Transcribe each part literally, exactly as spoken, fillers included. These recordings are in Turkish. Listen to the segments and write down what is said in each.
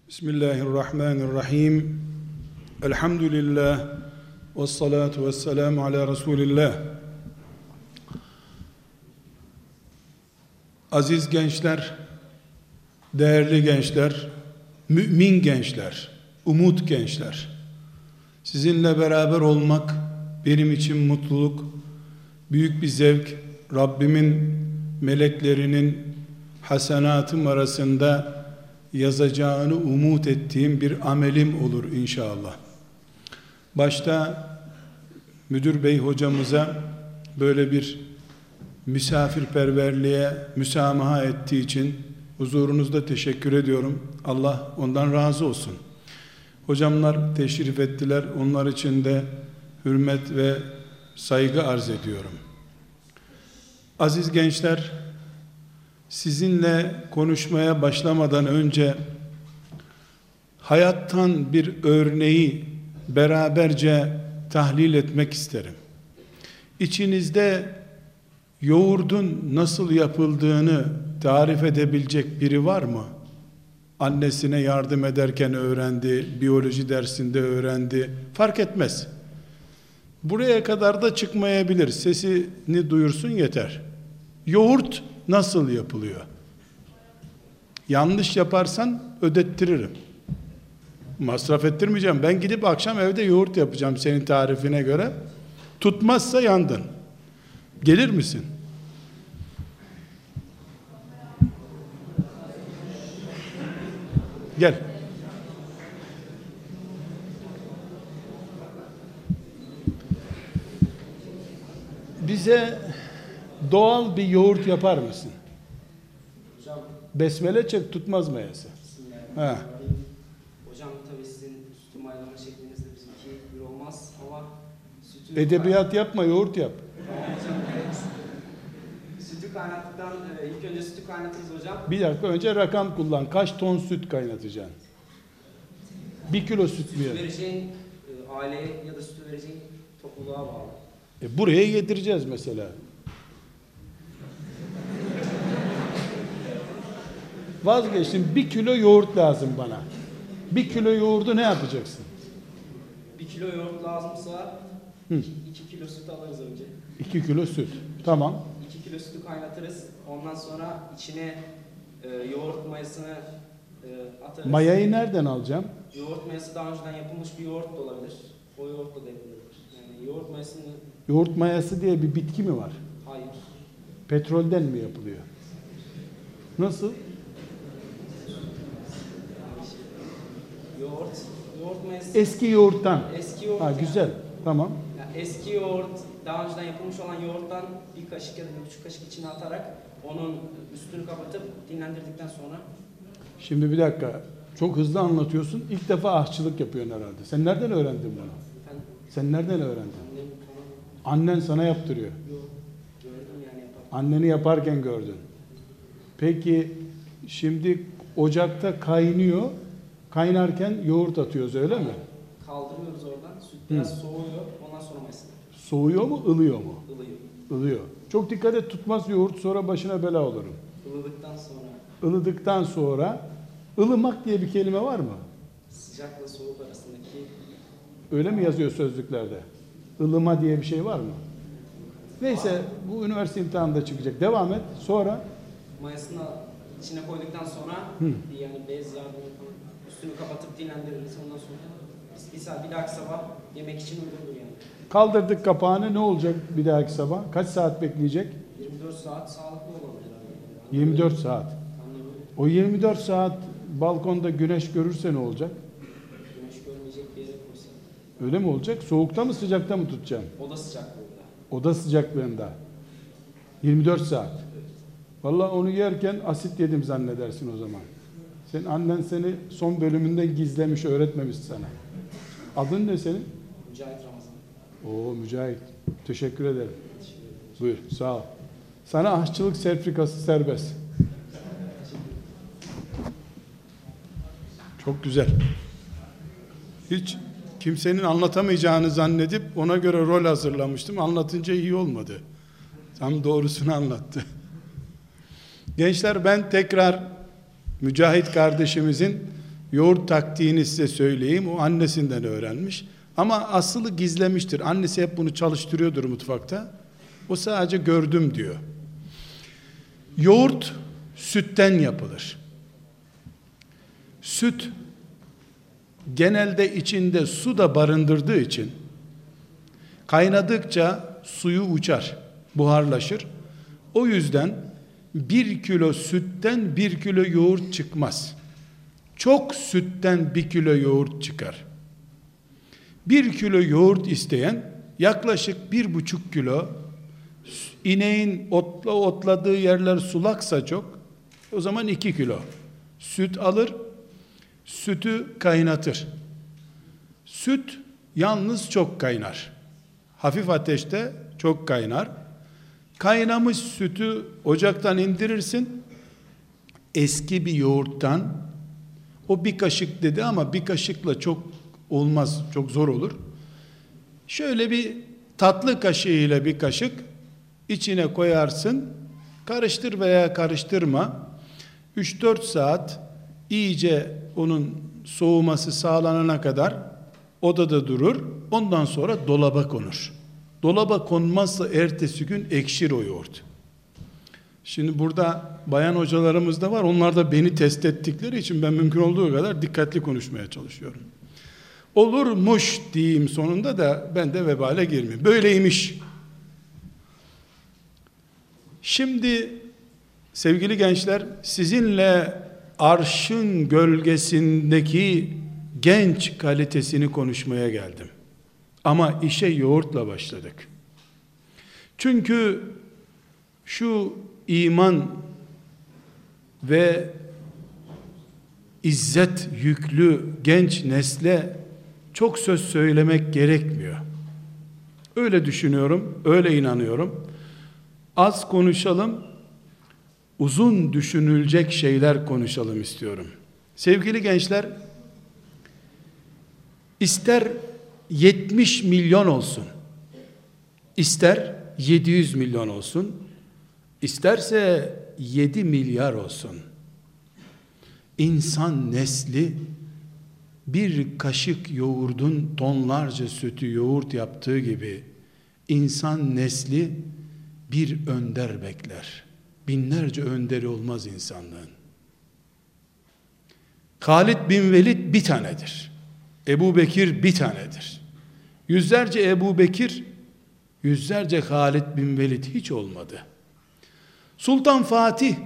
Bismillahirrahmanirrahim. Elhamdülillah. Vessalatu vesselamu ala Resulillah. Aziz gençler, değerli gençler, mümin gençler, umut gençler. Sizinle beraber olmak benim için mutluluk, büyük bir zevk. Rabbimin meleklerinin hasenatım arasında yazacağını umut ettiğim bir amelim olur inşallah. Başta müdür bey hocamıza böyle bir misafirperverliğe müsamaha ettiği için huzurunuzda teşekkür ediyorum. Allah ondan razı olsun. Hocamlar teşrif ettiler. Onlar için de hürmet ve saygı arz ediyorum. Aziz gençler, sizinle konuşmaya başlamadan önce hayattan bir örneği beraberce tahlil etmek isterim. İçinizde yoğurdun nasıl yapıldığını tarif edebilecek biri var mı? Annesine yardım ederken öğrendi, biyoloji dersinde öğrendi, fark etmez. Buraya kadar da çıkmayabilir, sesini duyursun yeter. Yoğurt nasıl yapılıyor? Yanlış yaparsan ödettiririm. Masraf ettirmeyeceğim. Ben gidip akşam evde yoğurt yapacağım senin tarifine göre. Tutmazsa yandın. Gelir misin? Gel. Bize doğal bir yoğurt yapar mısın? Hocam, besmele çek, tutmaz mayası. Ha. Hocam tabii sizin sütü maylama şeklinizde bizimki bir olmaz ama sütü... Edebiyat yapma, yoğurt yap. Hocam, evet. Sütü kaynattıktan, e, ilk önce sütü kaynatırız hocam. Bir dakika, önce rakam kullan. Kaç ton süt kaynatacaksın? Bir kilo süt mü? Sütü vereceğin e, aileye ya da sütü vereceğin topluluğa bağlı. E buraya getireceğiz mesela. Vazgeçtim. Bir kilo yoğurt lazım bana. Bir kilo yoğurdu ne yapacaksın? Bir kilo yoğurt lazımsa Hı. iki kilo süt alırız önce. İki kilo süt. Tamam. İki kilo sütü kaynatırız. Ondan sonra içine e, yoğurt mayasını e, atarız. Mayayı nereden alacağım? Yoğurt mayası daha önceden yapılmış bir yoğurt da olabilir. O yoğurtla da yapılabilir. Yani yoğurt mayasını... Yoğurt mayası diye bir bitki mi var? Hayır. Petrolden mi yapılıyor? Nasıl? Yoğurt, yoğurt mayası... Eski yoğurttan. Eski yoğurt. Ha, güzel. Tamam. Yani eski yoğurt, daha önceden yapılmış olan yoğurttan bir kaşık ya da bir buçuk kaşık içine atarak onun üstünü kapatıp dinlendirdikten sonra... Şimdi bir dakika. Çok hızlı anlatıyorsun. İlk defa aşçılık yapıyorsun herhalde. Sen nereden öğrendin bunu? Ben, Sen nereden öğrendin? annem Annen sana yaptırıyor. Yok, gördüm yani yaparken. Anneni yaparken gördün. Peki şimdi ocakta kaynıyor. Kaynarken yoğurt atıyoruz öyle mi? Kaldırıyoruz oradan, süt biraz Hı. soğuyor, ondan sonra mayasını. Soğuyor mu, ılıyor mu? Ilıyor. Ilıyor. Çok dikkat et, tutmaz yoğurt, sonra başına bela olurum. Ilıdıktan sonra... Ilıdıktan sonra, ılımak diye bir kelime var mı? Sıcakla soğuk arasındaki... Öyle mi yazıyor sözlüklerde? Ilıma diye bir şey var mı? Neyse, bu üniversite imtihanında çıkacak. Devam et. Sonra? Mayasını içine koyduktan sonra Hı. bir yani bez yardımı falan üstünü kapatıp dinlendiririz. Ondan sonra bir saat bir dahaki sabah yemek için uygundur yani. Kaldırdık kapağını, ne olacak bir dahaki sabah? Kaç saat bekleyecek? yirmi dört saat sağlıklı olabilir abi. yirmi dört saat. O yirmi dört saat balkonda güneş görürse ne olacak? Güneş görmeyecek bir yere koysa. Öyle mi olacak? Soğukta mı sıcakta mı tutacaksın? Oda sıcaklığında. Oda sıcaklığında. yirmi dört saat. Vallahi onu yerken asit yedim zannedersin o zaman. Senin annen seni son bölümünden gizlemiş, öğretmemiş sana. Adın ne senin? Mücahit Ramazan. Oo Mücahit. Teşekkür ederim. Buyur, sağ ol. Sana aşçılık sertifikası serbest. Çok güzel. Hiç kimsenin anlatamayacağını zannedip ona göre rol hazırlamıştım. Anlatınca iyi olmadı. Tam doğrusunu anlattı. Gençler, ben tekrar Mücahit kardeşimizin yoğurt taktiğini size söyleyeyim. O annesinden öğrenmiş. Ama aslı gizlemiştir. Annesi hep bunu çalıştırıyordur mutfakta. O sadece gördüm diyor. Yoğurt sütten yapılır. Süt genelde içinde su da barındırdığı için kaynadıkça suyu uçar, buharlaşır. O yüzden bir kilo sütten bir kilo yoğurt çıkmaz. Çok sütten bir kilo yoğurt çıkar. Bir kilo yoğurt isteyen yaklaşık bir buçuk kilo, ineğin otla otladığı yerler sulaksa çok, o zaman iki kilo süt alır, sütü kaynatır. Süt yalnız çok kaynar. Hafif ateşte çok kaynar. Kaynamış sütü ocaktan indirirsin. Eski bir yoğurttan, o bir kaşık dedi ama bir kaşıkla çok olmaz, çok zor olur. Şöyle bir tatlı kaşığıyla bir kaşık içine koyarsın. Karıştır veya karıştırma. üç dört saat iyice onun soğuması sağlanana kadar odada durur. Ondan sonra dolaba konur. Dolaba konmazsa ertesi gün ekşir o yoğurt. Şimdi burada bayan hocalarımız da var. Onlar da beni test ettikleri için ben mümkün olduğu kadar dikkatli konuşmaya çalışıyorum. Olurmuş diyeyim sonunda da ben de vebale girmeyeyim. Böyleymiş. Şimdi sevgili gençler, sizinle arşın gölgesindeki genç kalitesini konuşmaya geldim. Ama işe yoğurtla başladık. Çünkü şu iman ve izzet yüklü genç nesle çok söz söylemek gerekmiyor. Öyle düşünüyorum, öyle inanıyorum. Az konuşalım, uzun düşünülecek şeyler konuşalım istiyorum. Sevgili gençler, ister yetmiş milyon olsun, ister yedi yüz milyon olsun, isterse yedi milyar olsun. İnsan nesli bir kaşık yoğurdun tonlarca sütü yoğurt yaptığı gibi insan nesli bir önder bekler. Binlerce önderi olmaz insanlığın. Halid bin Velid bir tanedir. Ebu Bekir bir tanedir. Yüzlerce Ebu Bekir, yüzlerce Halid bin Velid hiç olmadı. Sultan Fatih,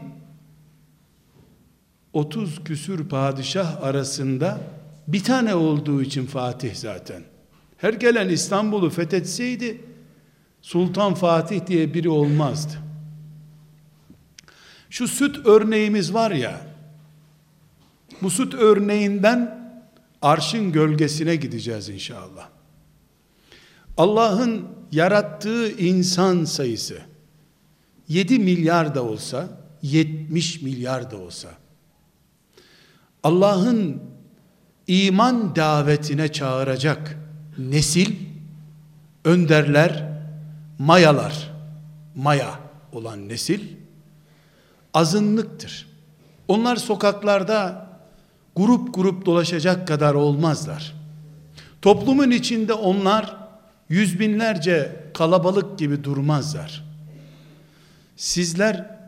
otuz küsür padişah arasında bir tane olduğu için Fatih zaten. Her gelen İstanbul'u fethetseydi, Sultan Fatih diye biri olmazdı. Şu süt örneğimiz var ya, bu süt örneğinden arşın gölgesine gideceğiz inşallah. Allah'ın yarattığı insan sayısı yedi milyar da olsa, yetmiş milyar da olsa, Allah'ın iman davetine çağıracak nesil, önderler, mayalar, maya olan nesil azınlıktır. Onlar sokaklarda grup grup dolaşacak kadar olmazlar. Toplumun içinde onlar yüz binlerce kalabalık gibi durmazlar. Sizler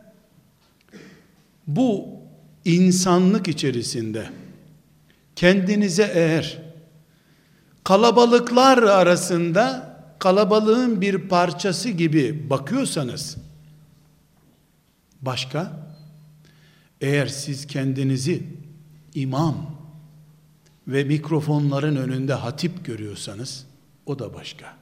bu insanlık içerisinde kendinize eğer kalabalıklar arasında kalabalığın bir parçası gibi bakıyorsanız, başka, eğer siz kendinizi imam ve mikrofonların önünde hatip görüyorsanız, o da başka.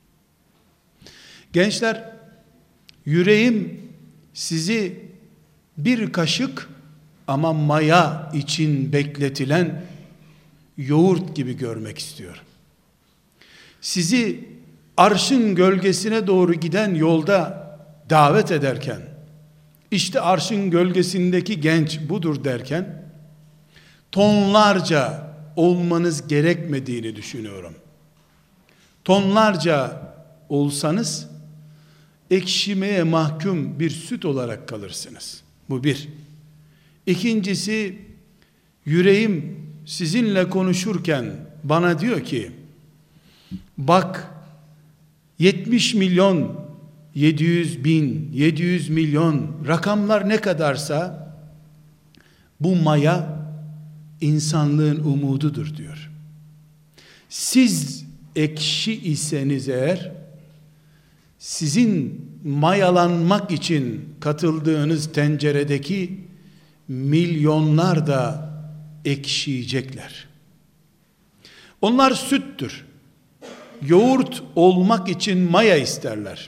Gençler, yüreğim sizi bir kaşık ama maya için bekletilen yoğurt gibi görmek istiyor. Sizi arşın gölgesine doğru giden yolda davet ederken, işte arşın gölgesindeki genç budur derken, tonlarca olmanız gerekmediğini düşünüyorum. Tonlarca olsanız, ekşimeye mahkum bir süt olarak kalırsınız. Bu bir. İkincisi, yüreğim sizinle konuşurken bana diyor ki, bak yetmiş milyon, yedi yüz bin, yedi yüz milyon, rakamlar ne kadarsa bu maya insanlığın umududur diyor. Siz ekşi iseniz eğer, sizin mayalanmak için katıldığınız tenceredeki milyonlar da ekşiyecekler. Onlar süttür. Yoğurt olmak için maya isterler.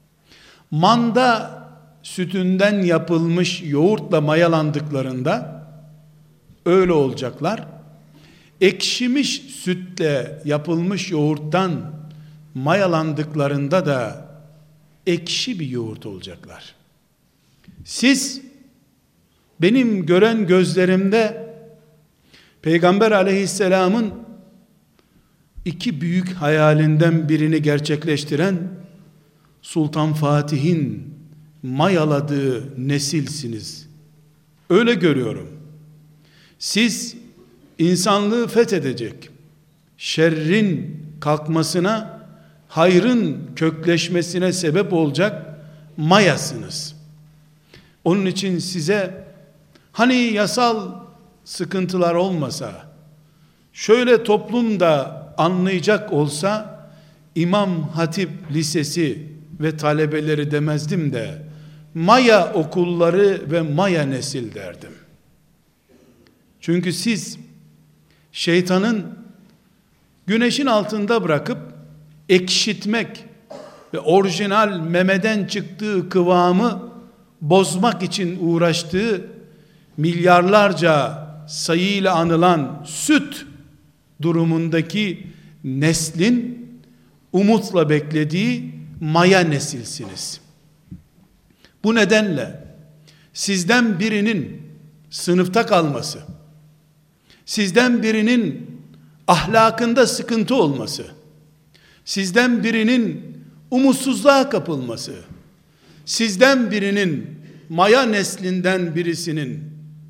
Manda sütünden yapılmış yoğurtla mayalandıklarında öyle olacaklar. Ekşimiş sütle yapılmış yoğurttan mayalandıklarında da ekşi bir yoğurt olacaklar. Siz benim gören gözlerimde Peygamber aleyhisselamın iki büyük hayalinden birini gerçekleştiren Sultan Fatih'in mayaladığı nesilsiniz. Öyle görüyorum. Siz insanlığı fethedecek, şerrin kalkmasına, hayrın kökleşmesine sebep olacak mayasınız. Onun için size hani yasal sıkıntılar olmasa, şöyle toplumda anlayacak olsa, İmam Hatip Lisesi ve talebeleri demezdim de maya okulları ve maya nesil derdim. Çünkü siz şeytanın güneşin altında bırakıp ekşitmek ve orijinal memeden çıktığı kıvamı bozmak için uğraştığı milyarlarca sayıyla anılan süt durumundaki neslin umutla beklediği maya nesilsiniz. Bu nedenle sizden birinin sınıfta kalması, sizden birinin ahlakında sıkıntı olması, sizden birinin umutsuzluğa kapılması, sizden birinin maya neslinden birisinin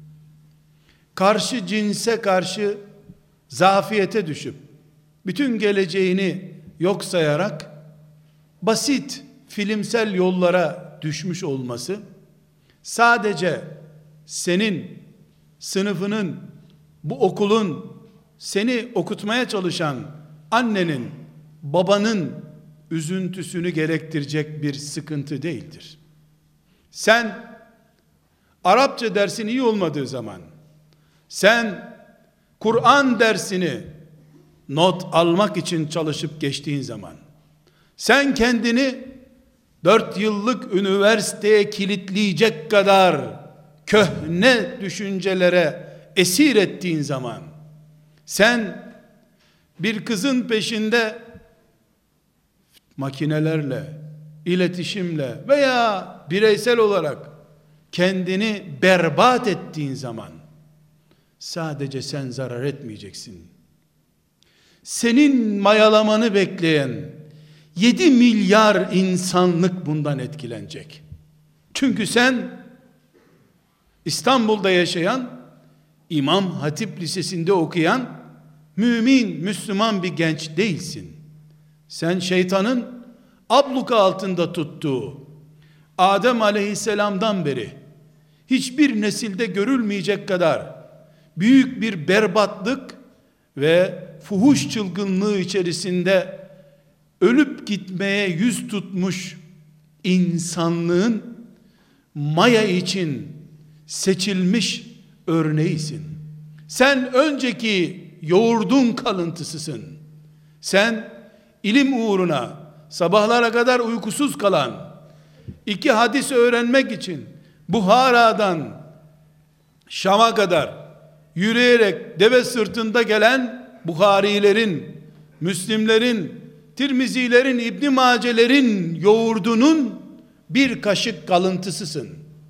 karşı cinse karşı zafiyete düşüp bütün geleceğini yok sayarak basit filmsel yollara düşmüş olması sadece senin sınıfının, bu okulun, seni okutmaya çalışan annenin, babanın üzüntüsünü gerektirecek bir sıkıntı değildir. Sen Arapça dersin iyi olmadığı zaman, sen Kur'an dersini not almak için çalışıp geçtiğin zaman, sen kendini dört yıllık üniversiteye kilitleyecek kadar köhne düşüncelere esir ettiğin zaman, sen bir kızın peşinde makinelerle, iletişimle veya bireysel olarak kendini berbat ettiğin zaman, sadece sen zarar etmeyeceksin. Senin mayalamanı bekleyen yedi milyar insanlık bundan etkilenecek. Çünkü sen İstanbul'da yaşayan, İmam Hatip Lisesi'nde okuyan mümin, Müslüman bir genç değilsin. Sen şeytanın abluka altında tuttuğu Adem Aleyhisselam'dan beri hiçbir nesilde görülmeyecek kadar büyük bir berbatlık ve fuhuş çılgınlığı içerisinde ölüp gitmeye yüz tutmuş insanlığın maya için seçilmiş örneğisin. Sen önceki yoğurdun kalıntısısın. Sen ilim uğruna sabahlara kadar uykusuz kalan, iki hadis öğrenmek için Buhara'dan Şam'a kadar yürüyerek deve sırtında gelen Buharilerin, Müslimlerin, Tirmizilerin, İbn Macelerin yoğurdunun bir kaşık kalıntısısın.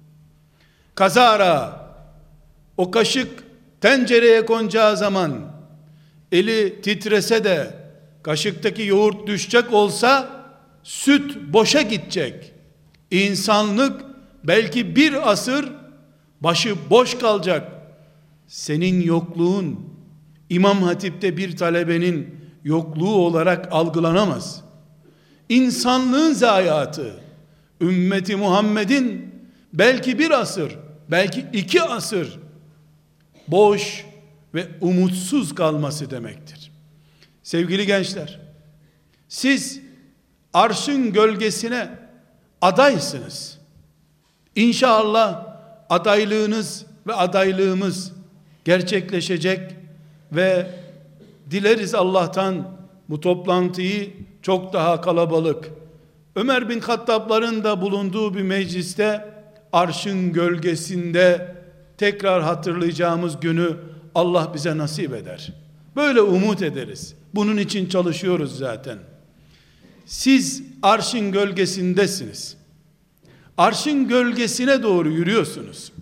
Kazara o kaşık tencereye konacağı zaman eli titrese de kaşıktaki yoğurt düşecek olsa süt boşa gidecek. İnsanlık belki bir asır başı boş kalacak. Senin yokluğun İmam Hatip'te bir talebenin yokluğu olarak algılanamaz. İnsanlığın zayiatı, ümmeti Muhammed'in belki bir asır, belki iki asır boş ve umutsuz kalması demektir. Sevgili gençler, siz arşın gölgesine adaysınız. İnşallah adaylığınız ve adaylığımız gerçekleşecek ve dileriz Allah'tan bu toplantıyı çok daha kalabalık, Ömer bin Hattab'ların da bulunduğu bir mecliste arşın gölgesinde tekrar hatırlayacağımız günü Allah bize nasip eder. Böyle umut ederiz. Bunun için çalışıyoruz zaten. Siz arşın gölgesindesiniz. Arşın gölgesine doğru yürüyorsunuz.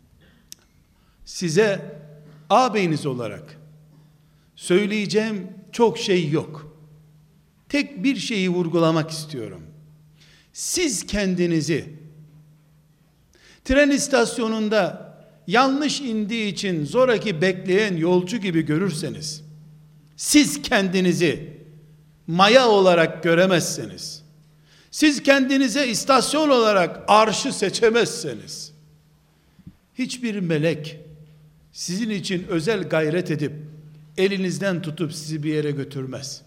Size ağabeyiniz olarak söyleyeceğim çok şey yok. Tek bir şeyi vurgulamak istiyorum. Siz kendinizi tren istasyonunda yanlış indiği için zoraki bekleyen yolcu gibi görürseniz, siz kendinizi maya olarak göremezseniz, siz kendinize istasyon olarak arşı seçemezseniz, hiçbir melek sizin için özel gayret edip elinizden tutup sizi bir yere götürmez.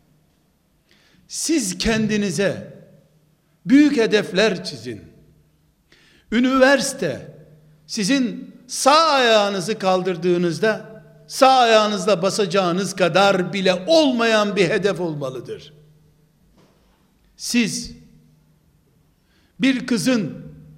Siz kendinize büyük hedefler çizin. Üniversite sizin sağ ayağınızı kaldırdığınızda sağ ayağınızla basacağınız kadar bile olmayan bir hedef olmalıdır. Siz bir kızın,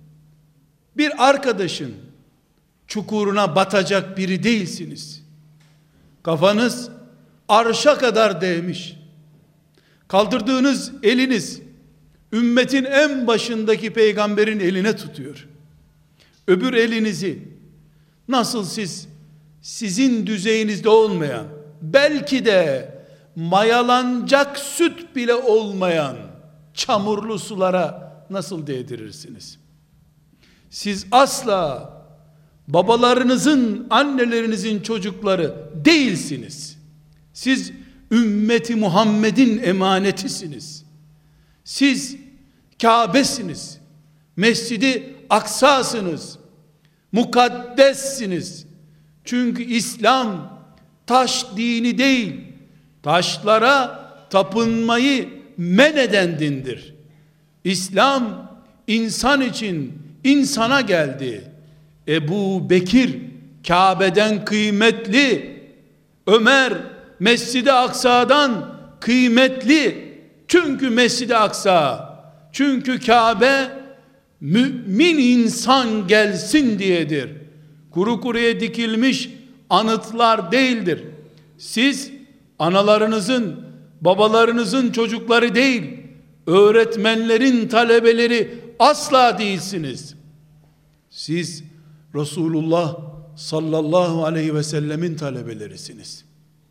bir arkadaşın çukuruna batacak biri değilsiniz. Kafanız arşa kadar değmiş. Kaldırdığınız eliniz ümmetin en başındaki peygamberin eline tutuyor. Öbür elinizi nasıl siz sizin düzeyinizde olmayan, belki de mayalanacak süt bile olmayan çamurlu sulara nasıl değdirirsiniz? Siz asla babalarınızın, annelerinizin çocukları değilsiniz. Siz ümmeti Muhammed'in emanetisiniz. Siz Kabe'siniz. Mescid-i Aksa'sınız. Mukaddessiniz. Çünkü İslam taş dini değil, taşlara tapınmayı men eden dindir. İslam insan için insana geldi. Ebu Bekir Kabe'den kıymetli, Ömer Mescid-i Aksa'dan kıymetli. Çünkü Mescid-i Aksa, çünkü Kabe mümin insan gelsin diyedir. Kuru kuruya dikilmiş anıtlar değildir. Siz analarınızın, babalarınızın çocukları değil, öğretmenlerin talebeleri asla değilsiniz. Siz Resulullah sallallahu aleyhi ve sellemin talebelerisiniz.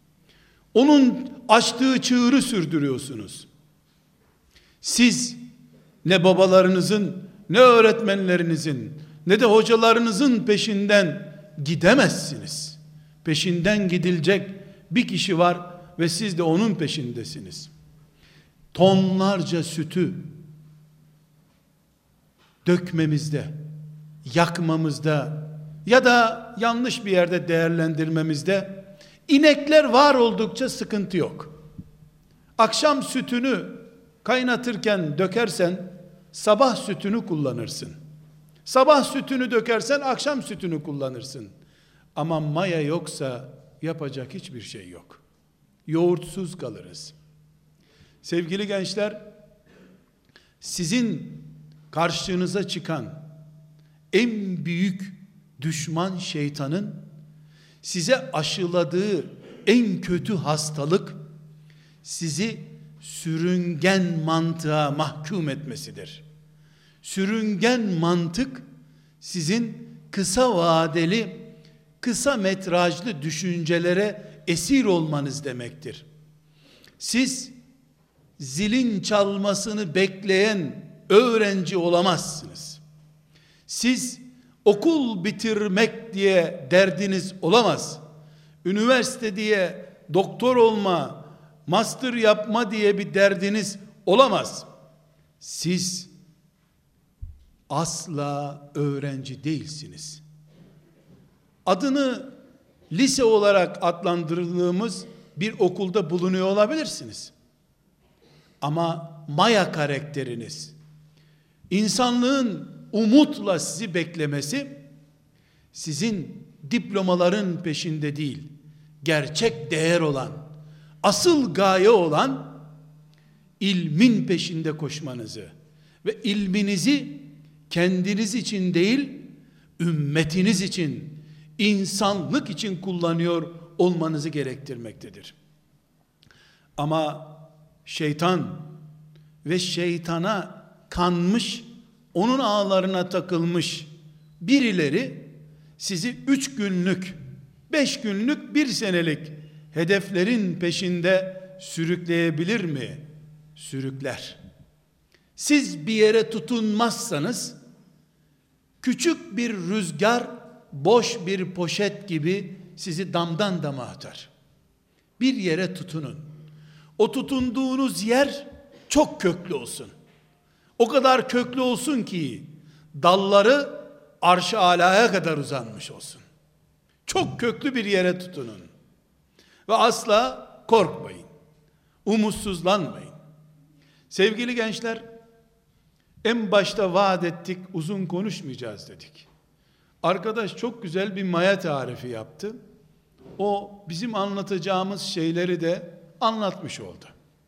Onun açtığı çığırı sürdürüyorsunuz. Siz ne babalarınızın, ne öğretmenlerinizin, ne de hocalarınızın peşinden gidemezsiniz. Peşinden gidilecek bir kişi var ve siz de onun peşindesiniz. Tonlarca sütü dökmemizde, yakmamızda ya da yanlış bir yerde değerlendirmemizde inekler var oldukça sıkıntı yok. Akşam sütünü kaynatırken dökersen sabah sütünü kullanırsın. Sabah sütünü dökersen akşam sütünü kullanırsın. Ama maya yoksa yapacak hiçbir şey yok. Yoğurtsuz kalırız. Sevgili gençler, sizin karşınıza çıkan en büyük düşman şeytanın size aşıladığı en kötü hastalık sizi sürüngen mantığa mahkum etmesidir. Sürüngen mantık sizin kısa vadeli, kısa metrajlı düşüncelere esir olmanız demektir. Siz zilin çalmasını bekleyen öğrenci olamazsınız. Siz okul bitirmek diye derdiniz olamaz. üniversite diye, doktor olma, master yapma diye bir derdiniz olamaz. Siz asla öğrenci değilsiniz. Adını lise olarak adlandırdığımız bir okulda bulunuyor olabilirsiniz. Ama maya karakteriniz, insanlığın umutla sizi beklemesi, sizin diplomaların peşinde değil, gerçek değer olan, asıl gaye olan ilmin peşinde koşmanızı ve ilminizi kendiniz için değil, ümmetiniz için, insanlık için kullanıyor olmanızı gerektirmektedir. Ama şeytan ve şeytana kanmış, onun ağlarına takılmış birileri sizi üç günlük, beş günlük, bir senelik hedeflerin peşinde sürükleyebilir mi? Sürükler. Siz bir yere tutunmazsanız, küçük bir rüzgar, boş bir poşet gibi sizi damdan dama atar. Bir yere tutunun. O tutunduğunuz yer çok köklü olsun. O kadar köklü olsun ki dalları arş-ı alaya kadar uzanmış olsun. Çok köklü bir yere tutunun. Ve asla korkmayın. Umutsuzlanmayın. Sevgili gençler, en başta vaat ettik, uzun konuşmayacağız dedik. Arkadaş çok güzel bir maya tarifi yaptı. O bizim anlatacağımız şeyleri de anlatmış oldu.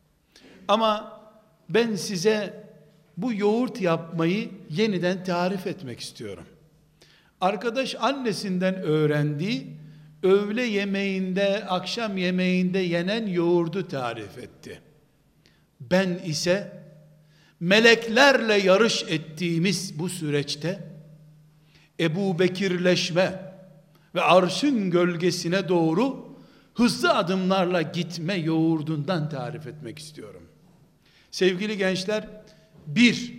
Ama ben size bu yoğurt yapmayı yeniden tarif etmek istiyorum. Arkadaş annesinden öğrendiği öğle yemeğinde, akşam yemeğinde yenen yoğurdu tarif etti. Ben ise meleklerle yarış ettiğimiz bu süreçte Ebu Bekirleşme ve arşın gölgesine doğru hızlı adımlarla gitme yoğurdundan tarif etmek istiyorum. Sevgili gençler, bir,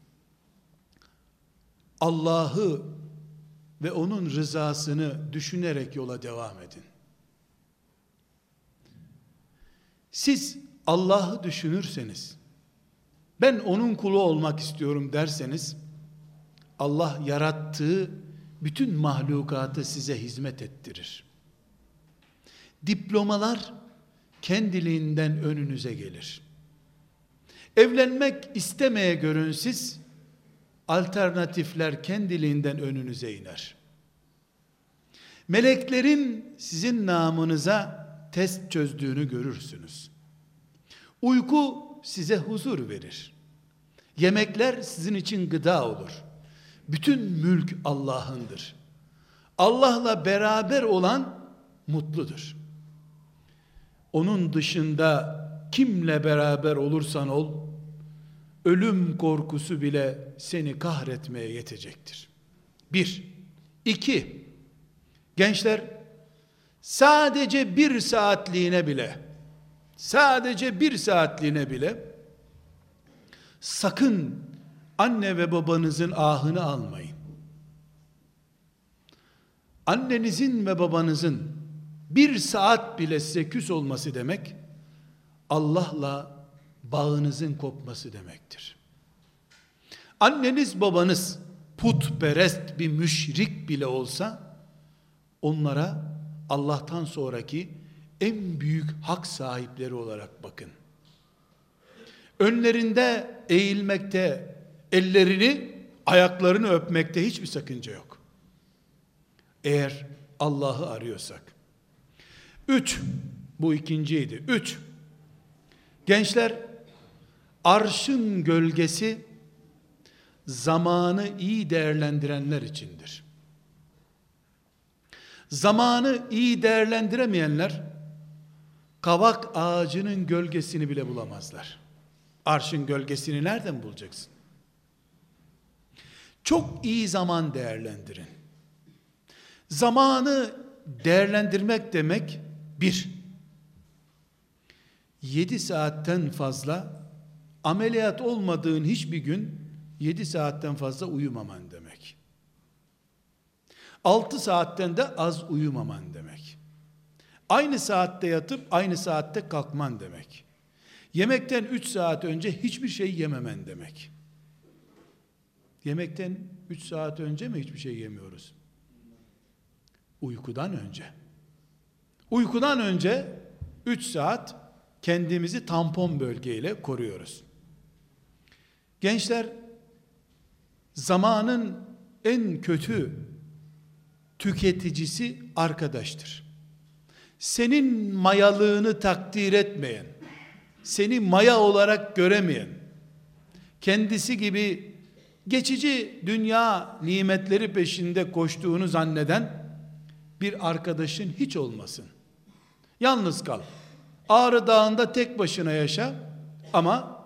Allah'ı ve onun rızasını düşünerek yola devam edin. Siz Allah'ı düşünürseniz, ben onun kulu olmak istiyorum derseniz, Allah yarattığı bütün mahlukatı size hizmet ettirir. Diplomalar kendiliğinden önünüze gelir. Evlenmek istemeye görün siz, alternatifler kendiliğinden önünüze iner. Meleklerin sizin namınıza test çözdüğünü görürsünüz. Uyku size huzur verir. Yemekler sizin için gıda olur. Bütün mülk Allah'ındır. Allah'la beraber olan mutludur. Onun dışında kimle beraber olursan ol, ölüm korkusu bile seni kahretmeye yetecektir. Bir. İki. Gençler, sadece bir saatliğine bile, sadece bir saatliğine bile, sakın anne ve babanızın ahını almayın. Annenizin ve babanızın bir saat bile size küs olması demek, Allah'la bağınızın kopması demektir. Anneniz babanız putperest bir müşrik bile olsa, onlara Allah'tan sonraki en büyük hak sahipleri olarak bakın. Önlerinde eğilmekte, ellerini, ayaklarını öpmekte hiçbir sakınca yok. Eğer Allah'ı arıyorsak. Üç, bu ikinciydi. Üç, gençler, arşın gölgesi zamanı iyi değerlendirenler içindir. Zamanı iyi değerlendiremeyenler kavak ağacının gölgesini bile bulamazlar. Arşın gölgesini nereden bulacaksın? Çok iyi zaman değerlendirin. Zamanı değerlendirmek demek bir, yedi saatten fazla ameliyat olmadığın hiçbir gün yedi saatten fazla uyumaman demek. altı saatten de az uyumaman demek. Aynı saatte yatıp aynı saatte kalkman demek. Yemekten üç saat önce hiçbir şey yememen demek. Yemekten üç saat önce mi hiçbir şey yemiyoruz? Uykudan önce. Uykudan önce üç saat kendimizi tampon bölgeyle koruyoruz. Gençler, zamanın en kötü tüketicisi arkadaştır. Senin mayalığını takdir etmeyen, seni maya olarak göremeyen, kendisi gibi geçici dünya nimetleri peşinde koştuğunu zanneden bir arkadaşın hiç olmasın. Yalnız kal. Ağrı Dağı'nda tek başına yaşa ama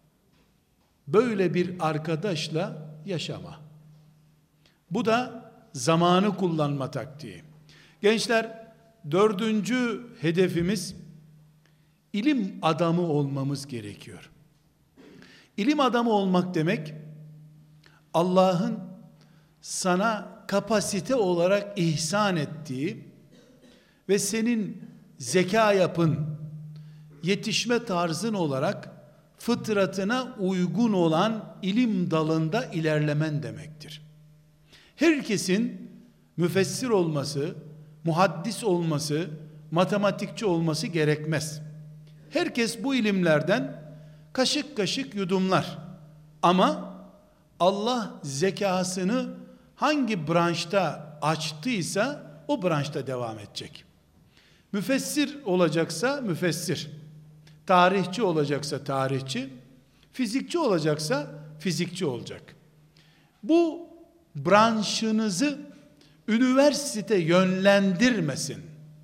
böyle bir arkadaşla yaşama. Bu da zamanı kullanma taktiği. Gençler, dördüncü hedefimiz ilim adamı olmamız gerekiyor. İlim adamı olmak demek, Allah'ın sana kapasite olarak ihsan ettiği ve senin zeka yapın, yetişme tarzın olarak fıtratına uygun olan ilim dalında ilerlemen demektir. Herkesin müfessir olması, muhaddis olması, matematikçi olması gerekmez. Herkes bu ilimlerden kaşık kaşık yudumlar. Ama Allah zekasını hangi branşta açtıysa o branşta devam edecek. Müfessir olacaksa müfessir, tarihçi olacaksa tarihçi, fizikçi olacaksa fizikçi olacak. Bu branşınızı üniversite yönlendirmesin.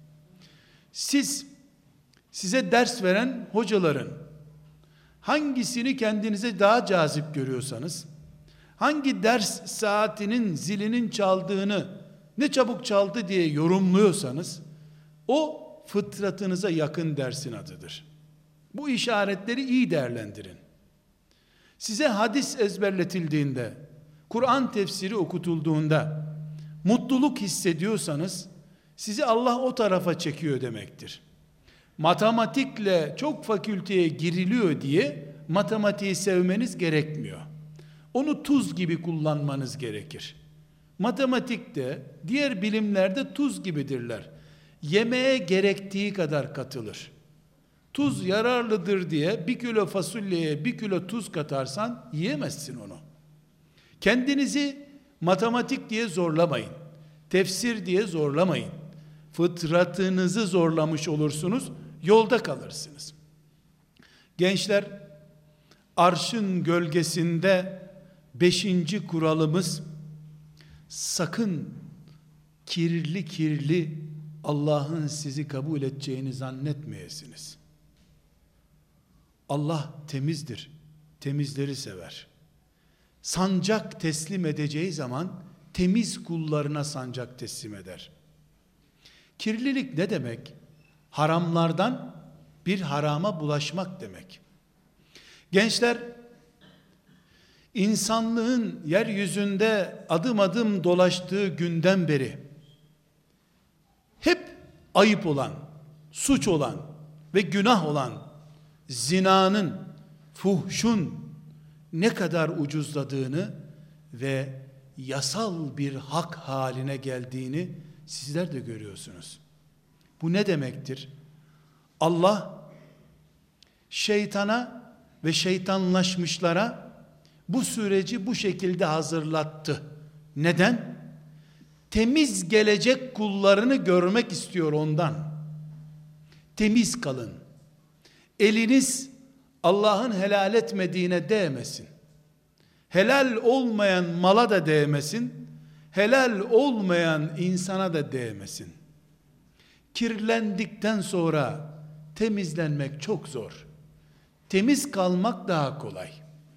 Siz, size ders veren hocaların hangisini kendinize daha cazip görüyorsanız, hangi ders saatinin zilinin çaldığını ne çabuk çaldı diye yorumluyorsanız, o fıtratınıza yakın dersin adıdır. Bu işaretleri iyi değerlendirin. Size hadis ezberletildiğinde, Kur'an tefsiri okutulduğunda mutluluk hissediyorsanız, sizi Allah o tarafa çekiyor demektir. Matematikle çok fakülteye giriliyor diye matematiği sevmeniz gerekmiyor. Onu tuz gibi kullanmanız gerekir. Matematikte, diğer bilimlerde tuz gibidirler. Yemeğe gerektiği kadar katılır. Tuz yararlıdır diye bir kilo fasulyeye bir kilo tuz katarsan yiyemezsin onu. Kendinizi matematik diye zorlamayın. Tefsir diye zorlamayın. Fıtratınızı zorlamış olursunuz, yolda kalırsınız. Gençler, arşın gölgesinde beşinci kuralımız, sakın kirli kirli Allah'ın sizi kabul edeceğini zannetmeyesiniz. Allah temizdir, temizleri sever. Sancak teslim edeceği zaman temiz kullarına sancak teslim eder. Kirlilik ne demek? Haramlardan bir harama bulaşmak demek. Gençler, insanlığın yeryüzünde adım adım dolaştığı günden beri hep ayıp olan, suç olan ve günah olan zinanın, fuhşun ne kadar ucuzladığını ve yasal bir hak haline geldiğini sizler de görüyorsunuz. Bu ne demektir? Allah şeytana ve şeytanlaşmışlara bu süreci bu şekilde hazırlattı. Neden? Temiz gelecek kullarını görmek istiyor ondan. Temiz kalın. Eliniz Allah'ın helal etmediğine değmesin. Helal olmayan mala da değmesin. Helal olmayan insana da değmesin. Kirlendikten sonra temizlenmek çok zor. Temiz kalmak daha kolay.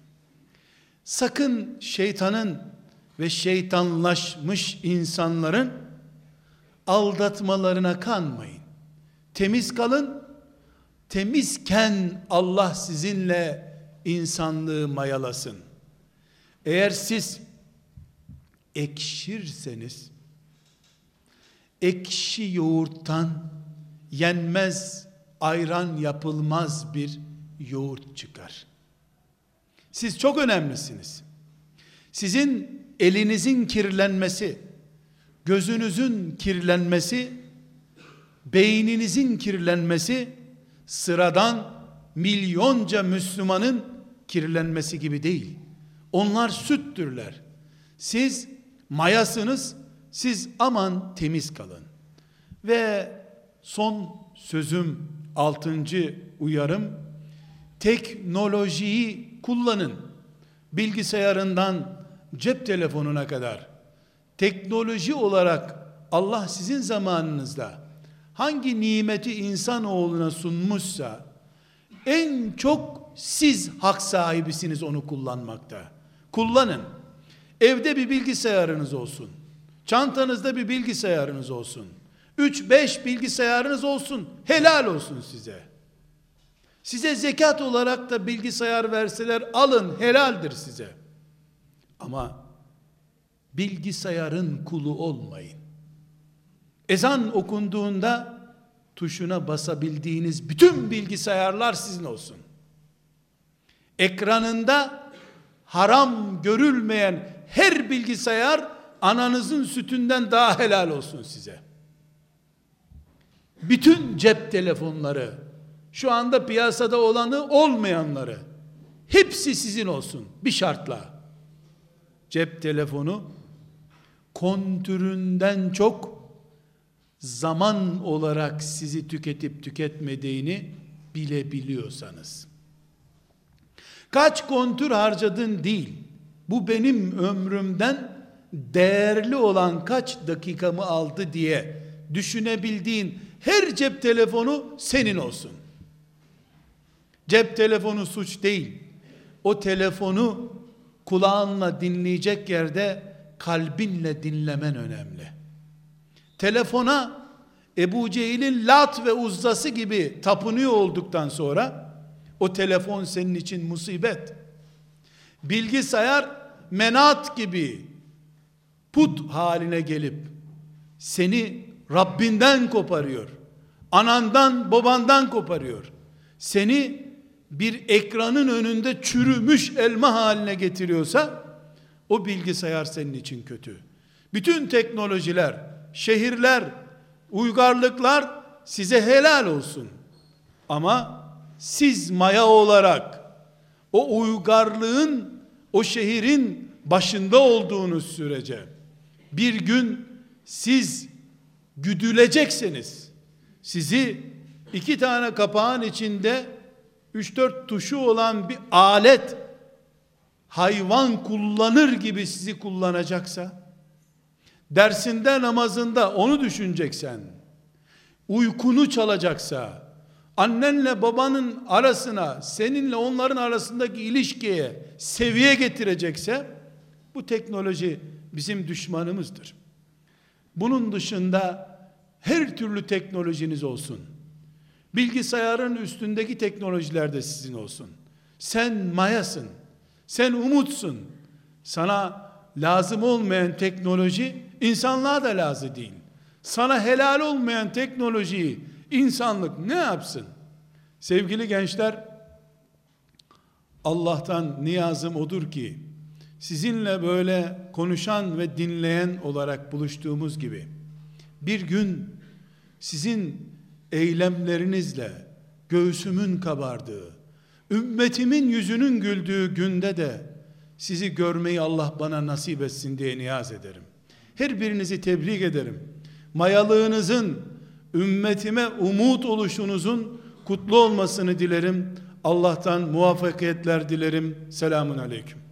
Sakın şeytanın ve şeytanlaşmış insanların aldatmalarına kanmayın. Temiz kalın. Temizken Allah sizinle insanlığı mayalasın. Eğer siz ekşirseniz, ekşi yoğurttan yenmez, ayran yapılmaz bir yoğurt çıkar. Siz çok önemlisiniz. Sizin elinizin kirlenmesi, gözünüzün kirlenmesi, beyninizin kirlenmesi, sıradan milyonca Müslümanın kirlenmesi gibi değil. Onlar süttürler. Siz mayasınız, siz aman temiz kalın. Ve son sözüm, altıncı uyarım, teknolojiyi kullanın. Bilgisayarından cep telefonuna kadar teknoloji olarak Allah sizin zamanınızda hangi nimeti insanoğluna sunmuşsa en çok siz hak sahibisiniz onu kullanmakta. Kullanın. Evde bir bilgisayarınız olsun. Çantanızda bir bilgisayarınız olsun. üç beş bilgisayarınız olsun. Helal olsun size. Size zekat olarak da bilgisayar verseler alın, helaldir size. Ama bilgisayarın kulu olmayın. Ezan okunduğunda tuşuna basabildiğiniz bütün bilgisayarlar sizin olsun. Ekranında haram görülmeyen her bilgisayar ananızın sütünden daha helal olsun size. Bütün cep telefonları, şu anda piyasada olanı olmayanları, hepsi sizin olsun bir şartla. Cep telefonu kontüründen çok zaman olarak sizi tüketip tüketmediğini bilebiliyorsanız. Kaç kontür harcadın değil, bu benim ömrümden değerli olan kaç dakikamı aldı diye düşünebildiğin her cep telefonu senin olsun. Cep telefonu suç değil. O telefonu kulağınla dinleyecek yerde kalbinle dinlemen önemli. Telefona Ebu Cehil'in Lat ve Uzza'sı gibi tapınıyor olduktan sonra o telefon senin için musibet. Bilgisayar Menat gibi put haline gelip seni Rabbinden koparıyor. Anandan, babandan koparıyor. Seni bir ekranın önünde çürümüş elma haline getiriyorsa o bilgisayar senin için kötü. Bütün teknolojiler, şehirler, uygarlıklar size helal olsun. Ama siz maya olarak o uygarlığın, o şehrin başında olduğunuz sürece bir gün siz güdüleceksiniz. Sizi iki tane kapağın içinde üç dört tuşu olan bir alet hayvan kullanır gibi sizi kullanacaksa, dersinde namazında onu düşüneceksen, uykunu çalacaksa, annenle babanın arasına, seninle onların arasındaki ilişkiye seviye getirecekse, bu teknoloji bizim düşmanımızdır. Bunun dışında her türlü teknolojiniz olsun. Bilgisayarın üstündeki teknolojiler de sizin olsun. Sen mayasın. Sen umutsun. Sana lazım olmayan teknoloji insanlığa da lazım değil. Sana helal olmayan teknolojiyi insanlık ne yapsın? Sevgili gençler, Allah'tan niyazım odur ki sizinle böyle konuşan ve dinleyen olarak buluştuğumuz gibi bir gün sizin eylemlerinizle göğsümün kabardığı, ümmetimin yüzünün güldüğü günde de sizi görmeyi Allah bana nasip etsin diye niyaz ederim. Her birinizi tebrik ederim. Mayalığınızın, ümmetime umut oluşunuzun kutlu olmasını dilerim. Allah'tan muvaffakiyetler dilerim. Selamun aleyküm.